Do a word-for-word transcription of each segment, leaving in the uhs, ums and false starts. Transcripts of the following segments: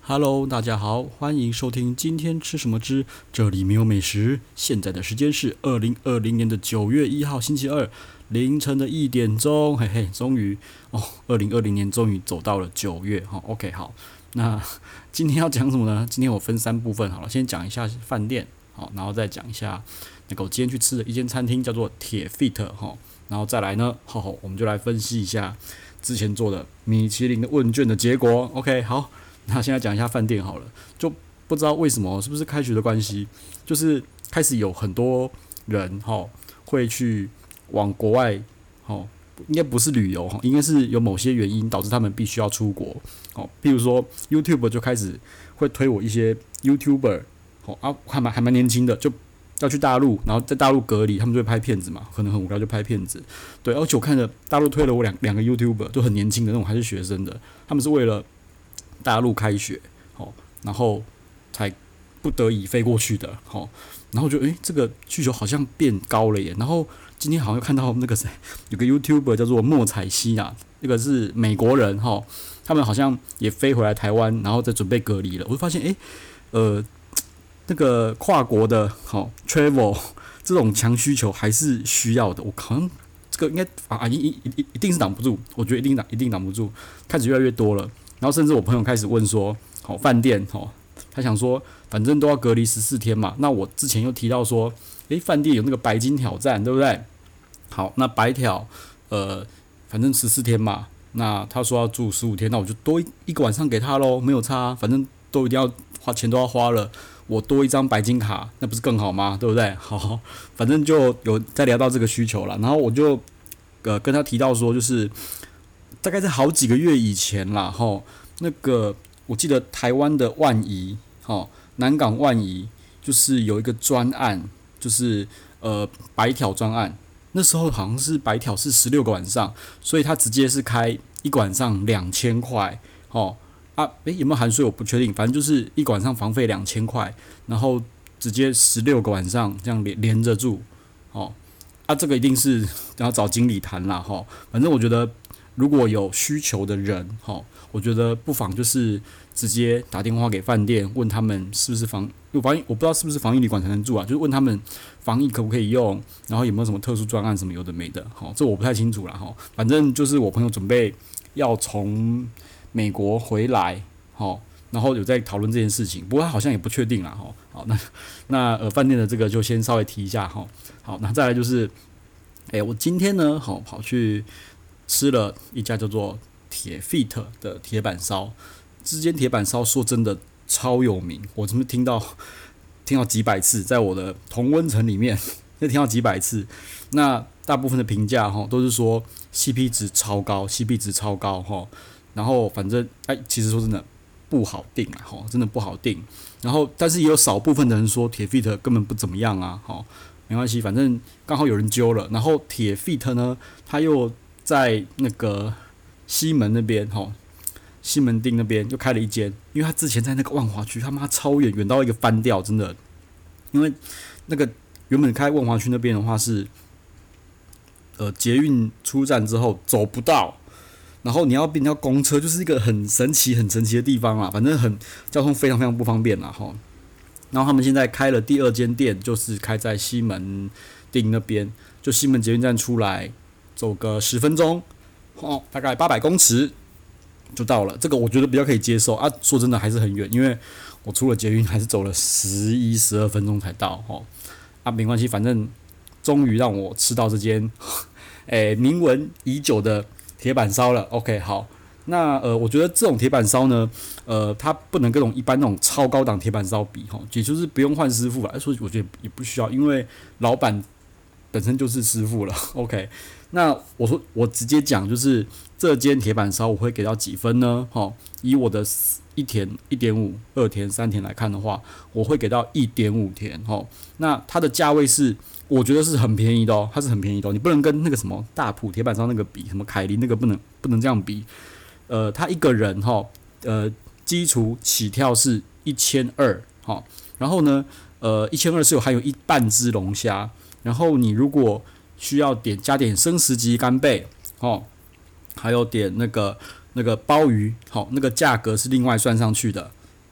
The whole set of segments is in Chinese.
Hello，大家好，欢迎收听今天吃什么之这里没有美食。现在的时间是二零二零年的九月一号星期二凌晨的一点钟，嘿嘿，终于哦，二零二零年终于走到了九月哈、哦。OK，好，那今天要讲什么呢？今天我分三部分好了，先讲一下饭店，好，然后再讲一下那个我今天去吃的一间餐厅叫做铁 Fit 哈，然后再来呢，好好，我们就来分析一下之前做的米其林的问卷的结果。OK，好。那现在讲一下饭店好了，就不知道为什么，是不是开学的关系，就是开始有很多人哈会去往国外哈，应该不是旅游哈，应该是有某些原因导致他们必须要出国哦。譬如说 YouTube 就开始会推我一些 YouTuber 哦啊，还蛮还蛮年轻的，就要去大陆，然后在大陆隔离，他们就会拍片子嘛，可能很无聊就拍片子。对，而且我看着大陆推了我两两个 YouTuber， 就很年轻的那种，还是学生的，他们是为了大陆开学，好，然后才不得已飞过去的，好，然后就诶、欸，这个需求好像变高了耶。然后今天好像看到那个谁，有个 YouTuber 叫做莫彩希啊，那个是美国人哈，他们好像也飞回来台湾，然后再准备隔离了。我就发现诶、欸，呃，那个跨国的好 travel 这种强需求还是需要的。我好像这个应该啊，一一一一定是挡不住，我觉得一定挡一定挡不住，开始越来越多了。然后甚至我朋友开始问说，好饭店，好，他想说，反正都要隔离十四天嘛。那我之前又提到说，诶，饭店有那个白金挑战，对不对？好，那白挑，呃，反正十四天嘛。那他说要住十五天，那我就多一个晚上给他咯，没有差，反正都一定要花钱都要花了，我多一张白金卡，那不是更好吗？对不对？好，反正就有在聊到这个需求了。然后我就呃跟他提到说，就是大概在好几个月以前啦，吼，那个我记得台湾的万怡，吼，南港万怡就是有一个专案，就是呃白条专案，那时候好像是白条是十六个晚上，所以他直接是开一个晚上两千块，吼啊，诶、欸、有没有含税我不确定，反正就是一个晚上房费两千块，然后直接十六个晚上这样连连着住，哦，啊这个一定是要找经理谈啦，吼，反正我觉得。如果有需求的人，齁，我觉得不妨就是直接打电话给饭店，问他们是不是防，防疫我不知道是不是防疫旅馆才能住啊，就是问他们防疫可不可以用，然后有没有什么特殊专案什么有的没的，齁，这我不太清楚啦，齁，反正就是我朋友准备要从美国回来，齁，然后有在讨论这件事情，不过他好像也不确定啦，齁，好，那那呃饭店的这个就先稍微提一下，齁，好，那再来就是，哎、欸，我今天呢，齁，跑去。吃了一家叫做铁 Fit 的铁板烧，这间铁板烧说真的超有名，我怎么听到听到几百次，在我的同温层里面就听到几百次。那大部分的评价哈都是说 C P 值超高 ，C P 值超高哈。然后反正哎，其实说真的不好定啊哈，真的不好定。然后但是也有少部分的人说铁 Fit 根本不怎么样啊哈，没关系，反正刚好有人揪了。然后铁 Fit 呢，他又在那个西门那边，哈，西门町那边又开了一间，因为他之前在那个万华区，他妈超远，远到一个翻掉，真的。因为那个原本开万华区那边的话是，呃，捷运出站之后走不到，然后你要变成公车，就是一个很神奇、很神奇的地方啦。反正很交通非常非常不方便啦，哈。然后他们现在开了第二间店，就是开在西门町那边，就西门捷运站出来。走个十分钟，哦，大概八百公尺就到了。这个我觉得比较可以接受啊。说真的还是很远，因为我出了捷运还是走了十一、十二分钟才到。哦，啊，没关系，反正终于让我吃到这间，诶，名闻已久的铁板烧了。OK， 好，那呃，我觉得这种铁板烧呢，呃，它不能跟那种一般那种超高档铁板烧比，哈，也就是不用换师傅啦。所以我觉得也不需要，因为老板本身就是师傅了。OK。那我说，我直接讲，就是这间铁板烧我会给到几分呢？哈，以我的一甜、一点五、二甜、三甜来看的话，我会给到一点五甜。哈，那它的价位是，我觉得是很便宜的哦，它是很便宜的哦，你不能跟那个什么大埔铁板烧那个比，什么凯林那个不能不能这样比。呃，他一个人哈，呃，基础起跳是一千二，哈，然后呢，呃，一千二是有含有一半只龙虾，然后你如果需要点加点生食级干贝，哦，还有点那个那个鲍鱼，好、哦，那个价格是另外算上去的。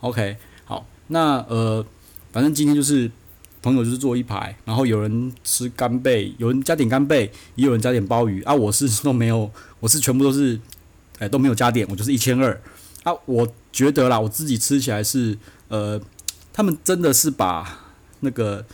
OK， 好，那呃，反正今天就是朋友就是坐一排，然后有人吃干贝，有人加点干贝，也有人加点鲍鱼啊。我是都没有，我是全部都是，哎、都没有加点，我就是一千二啊。我觉得啦，我自己吃起来是呃，他们真的是把那个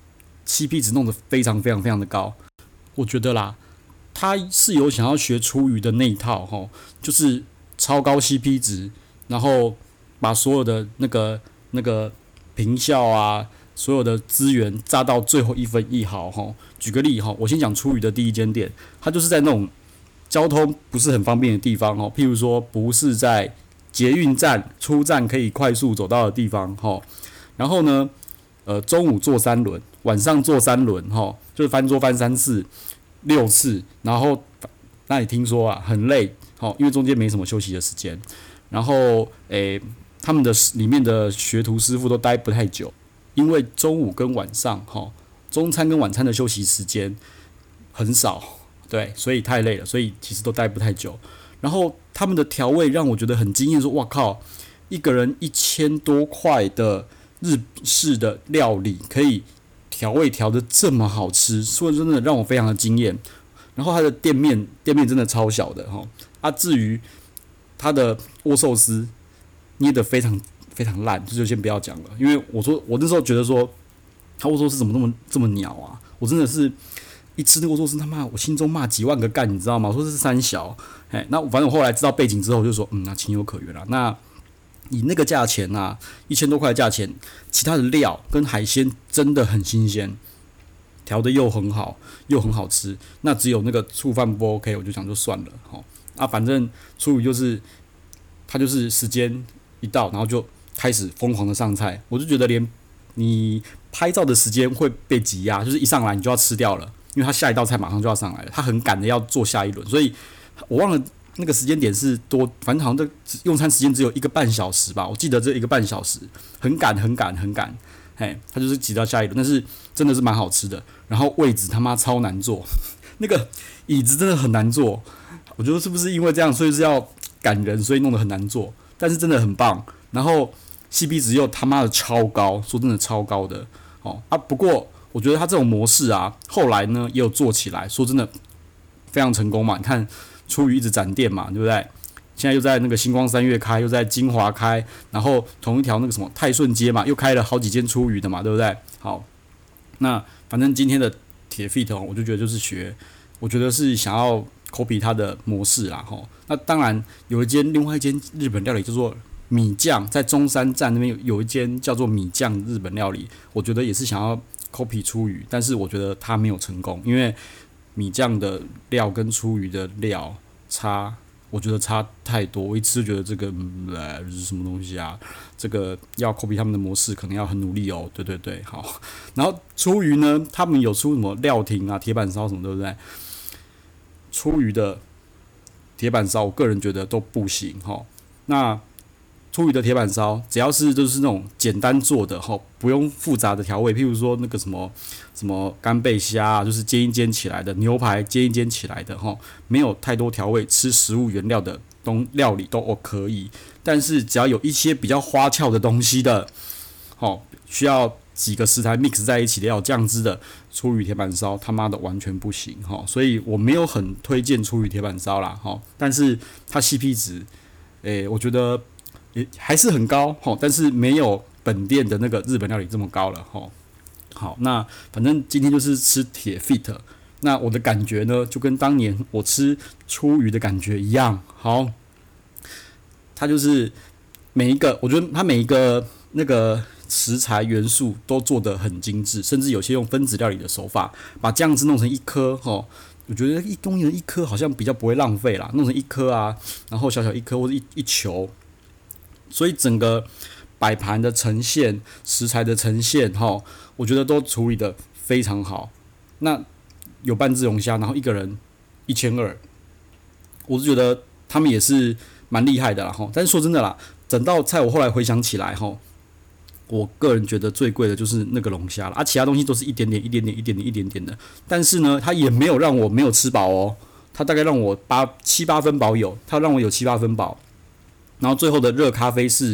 C P 值弄得非常非常非常的高。我觉得啦，他是有想要学厨余的那一套哈，就是超高 C P 值，然后把所有的那个那个平效啊，所有的资源榨到最后一分一毫哈。举个例哈，我先讲厨余的第一间店，它就是在那种交通不是很方便的地方哦，譬如说不是在捷运站出站可以快速走到的地方哈。然后呢，呃，中午做三轮，晚上做三轮哈，就是翻桌翻三次。六次，然后那你听说啊很累，好，因为中间没什么休息的时间，然后诶，他们的里面的学徒师傅都待不太久，因为中午跟晚上哈，中餐跟晚餐的休息时间很少，对，所以太累了，所以其实都待不太久。然后他们的调味让我觉得很惊艳，说哇靠，一个人一千多块的日式的料理可以调味调的这么好吃，说真的让我非常的惊艳。然后它的店面店面真的超小的哈，啊，至于它的握寿司捏的非常非常烂，这就先不要讲了，因为我说我那时候觉得说，它握寿司怎么那么这么鸟啊？我真的是一吃那个握寿司，他妈我心中骂几万个干，你知道吗？我说这是三小，哎，那反正我后来知道背景之后，我就说嗯，那情有可原啦。那以那个价钱啊，一千多块的价钱，其他的料跟海鲜真的很新鲜，调的又很好，又很好吃。那只有那个醋饭不 OK， 我就想就算了哈。啊，反正出于就是他就是时间一到，然后就开始疯狂的上菜，我就觉得连你拍照的时间会被挤压，就是一上来你就要吃掉了，因为他下一道菜马上就要上来了，他很赶的要做下一轮，所以我忘了。那个时间点是多，反正好像这用餐时间只有一个半小时吧，我记得这一个半小时，很赶很赶很赶，嘿，他就是挤到下一轮，但是真的是蛮好吃的，然后位置他妈超难坐，那个椅子真的很难坐，我觉得是不是因为这样，所以是要赶人，所以弄得很难坐，但是真的很棒，然后 C P 值又他妈的超高，说真的超高的，哦啊，不过我觉得他这种模式啊，后来呢也有做起来，说真的非常成功嘛，你看。出于一直展店嘛，对不对？现在又在那个星光三月开，又在金华开，然后同一条那个什么泰顺街嘛，又开了好几间出鱼的嘛，对不对？好，那反正今天的铁 fit 我就觉得就是学，我觉得是想要 copy 它的模式啦，吼。那当然有一间另外一间日本料理叫做米酱，在中山站那边有有一间叫做米酱日本料理，我觉得也是想要 copy 出鱼，但是我觉得它没有成功，因为。米酱的料跟出鱼的料差，我觉得差太多。我一吃就觉得这个嗯，这是什么东西啊？这个要 copy 他们的模式，可能要很努力哦。对对对，好。然后出鱼呢，他们有出什么料亭啊、铁板烧什么，对不对？出鱼的铁板烧，我个人觉得都不行哈。那出鱼的铁板烧，只要是就是那种简单做的哈，不用复杂的调味，譬如说那个什么什么干贝虾啊，就是煎一煎起来的牛排，煎一煎起来的哈，没有太多调味，吃食物原料的东料理都哦可以。但是只要有一些比较花俏的东西的，好需要几个食材 mix 在一起的要有酱汁的出鱼铁板烧，他妈的完全不行哈，所以我没有很推荐出鱼铁板烧啦哈，但是它 C P 值，诶，我觉得。也还是很高吼，但是没有本店的那个日本料理这么高了吼。好，那反正今天就是吃铁 fit， 那我的感觉呢，就跟当年我吃出鱼的感觉一样。好，它就是每一个，我觉得它每一个那个食材元素都做得很精致，甚至有些用分子料理的手法，把酱汁弄成一颗吼。我觉得一公人一颗好像比较不会浪费啦，弄成一颗啊，然后小小一颗或者一一球。所以整个摆盘的呈现、食材的呈现，哈，我觉得都处理的非常好。那有半只龙虾，然后一个人一千二，我是觉得他们也是蛮厉害的啦，哈。但是说真的啦，整道菜我后来回想起来，哈，我个人觉得最贵的就是那个龙虾了，啊，其他东西都是一点点、一点点、一点点、一点点的。但是呢，它也没有让我没有吃饱哦，它大概让我八七八分饱有，它让我有七八分饱。然后最后的热咖啡是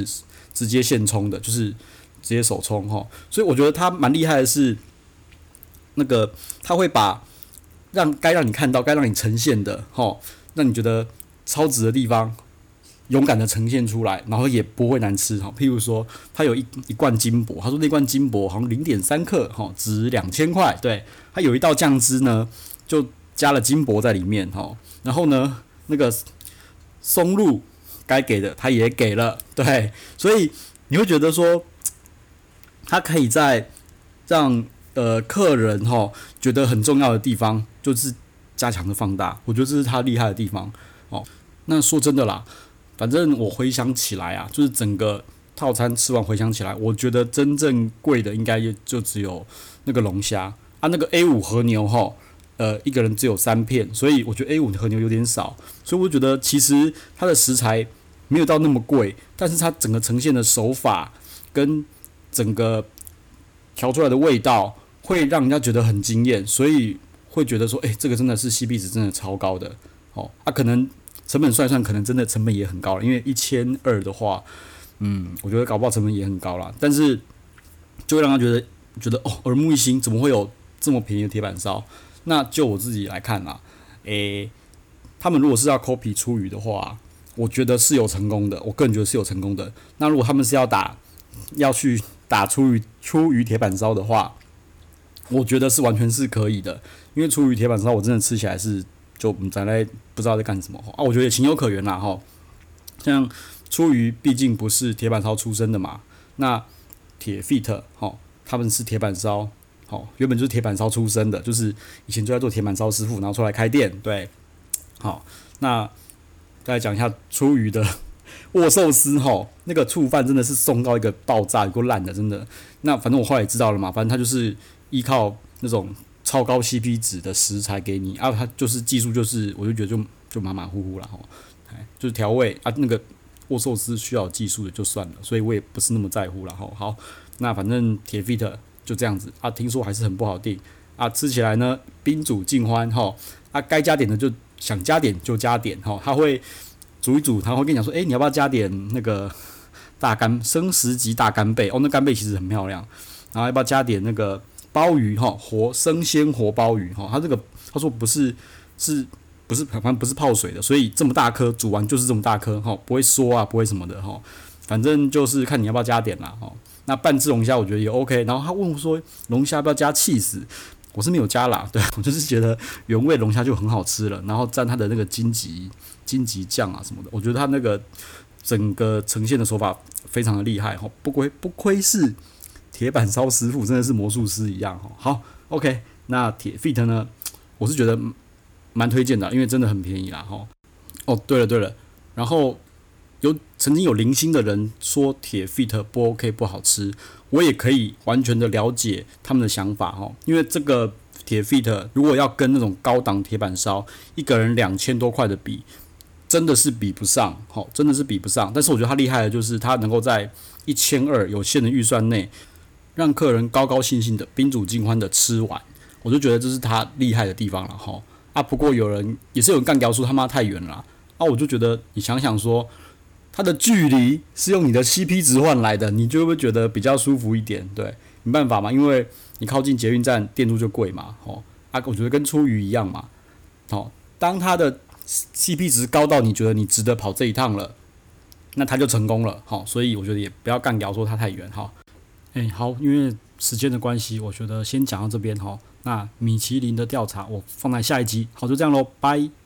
直接现冲的，就是直接手冲哈。所以我觉得它蛮厉害的是，那个它会把让该让你看到、该让你呈现的哈，让你觉得超值的地方。勇敢的呈现出来，然后也不会难吃哈。譬如说，它有一一罐金箔，他说那罐金箔好像零点三克哈，值两千块。对，它有一道酱汁呢，就加了金箔在里面哈。然后呢，那个松露该给的他也给了，对，所以你会觉得说，他可以在让呃客人哈觉得很重要的地方，就是加强的放大。我觉得这是他厉害的地方哦。那说真的啦。反正我回想起来啊，就是整个套餐吃完回想起来，我觉得真正贵的应该也就只有那个龙虾啊，那个 A 五和牛哈，呃，一个人只有三片，所以我觉得 A 五和牛有点少，所以我觉得其实它的食材没有到那么贵，但是它整个呈现的手法跟整个调出来的味道会让人家觉得很惊艳，所以会觉得说，哎、欸，这个真的是 C P 值真的超高的哦，啊，可能。成本算一算，可能真的成本也很高了，因为一千二的话，嗯，我觉得搞不好成本也很高啦。但是就会让他觉得觉得哦，耳目一新，怎么会有这么便宜的铁板烧？那就我自己来看啦，诶，他们如果是要 copy 出鱼的话，我觉得是有成功的，我个人觉得是有成功的。那如果他们是要打要去打出鱼出鱼铁板烧的话，我觉得是完全是可以的，因为出鱼铁板烧我真的吃起来是。就咱来不知道在干什么啊，我觉得也情有可原啦哈。像出于毕竟不是铁板烧出身的嘛，那铁 fit 哈，他们是铁板烧，好原本就是铁板烧出身的，就是以前就在做铁板烧师傅，然后出来开店，对，好，那再来讲一下出鱼的握寿司哈，那个醋饭真的是送到一个爆炸，有够烂的，真的。那反正我后来也知道了嘛，反正他就是依靠那种。超高 C P 值的食材给你啊，它就是技术，就是我就觉得就就马马虎虎了哈，就是调味啊，那个握寿司需要技术的就算了，所以我也不是那么在乎了哈。好，那反正铁 fit 就这样子啊，听说还是很不好订啊，吃起来呢宾主尽欢哈啊，该加点的就想加点就加点哈，他会煮一煮，他会跟你讲说，哎、欸，你要不要加点那个大干生食级大干贝哦，那干贝其实很漂亮，然后要不要加点那个。鲍鱼哈，活生鲜活鲍鱼哈，它这个他说不是是不是反正不是泡水的，所以这么大颗煮完就是这么大颗哈，不会缩啊，不会什么的哈，反正就是看你要不要加点啦哈。那半只龙虾我觉得也 OK， 然后他问我说龙虾要不要加起司，我是没有加啦，对我就是觉得原味龙虾就很好吃了，然后蘸它的那个荆棘荆棘酱啊什么的，我觉得它那个整个呈现的手法非常的厉害哈，不亏不亏是。铁板烧师傅真的是魔术师一样好 ，OK， 那铁 fit 呢？我是觉得蛮推荐的，因为真的很便宜啦哈。哦，对了对了，然后有曾经有零星的人说铁 fit 不 OK 不好吃，我也可以完全的了解他们的想法哈，因为这个铁 fit 如果要跟那种高档铁板烧一个人两千多块的比，真的是比不上，好，真的是比不上。但是我觉得他厉害的就是他能够在一千二有限的预算内。让客人高高兴兴的宾主尽欢的吃完，我就觉得这是他厉害的地方了哈啊！不过有人也是有人干掉说他妈太远了啊！我就觉得你想想说，它的距离是用你的 C P 值换来的，你就会觉得比较舒服一点。对，没办法嘛，因为你靠近捷运站，电路就贵嘛，吼啊！我觉得跟出鱼一样嘛，好，当它的 C P 值高到你觉得你值得跑这一趟了，那它就成功了，好，所以我觉得也不要干掉说它太远哈。哎、欸，好，因为时间的关系，我觉得先讲到这边哈。那米其林的调查我放在下一集，好，就这样咯，拜。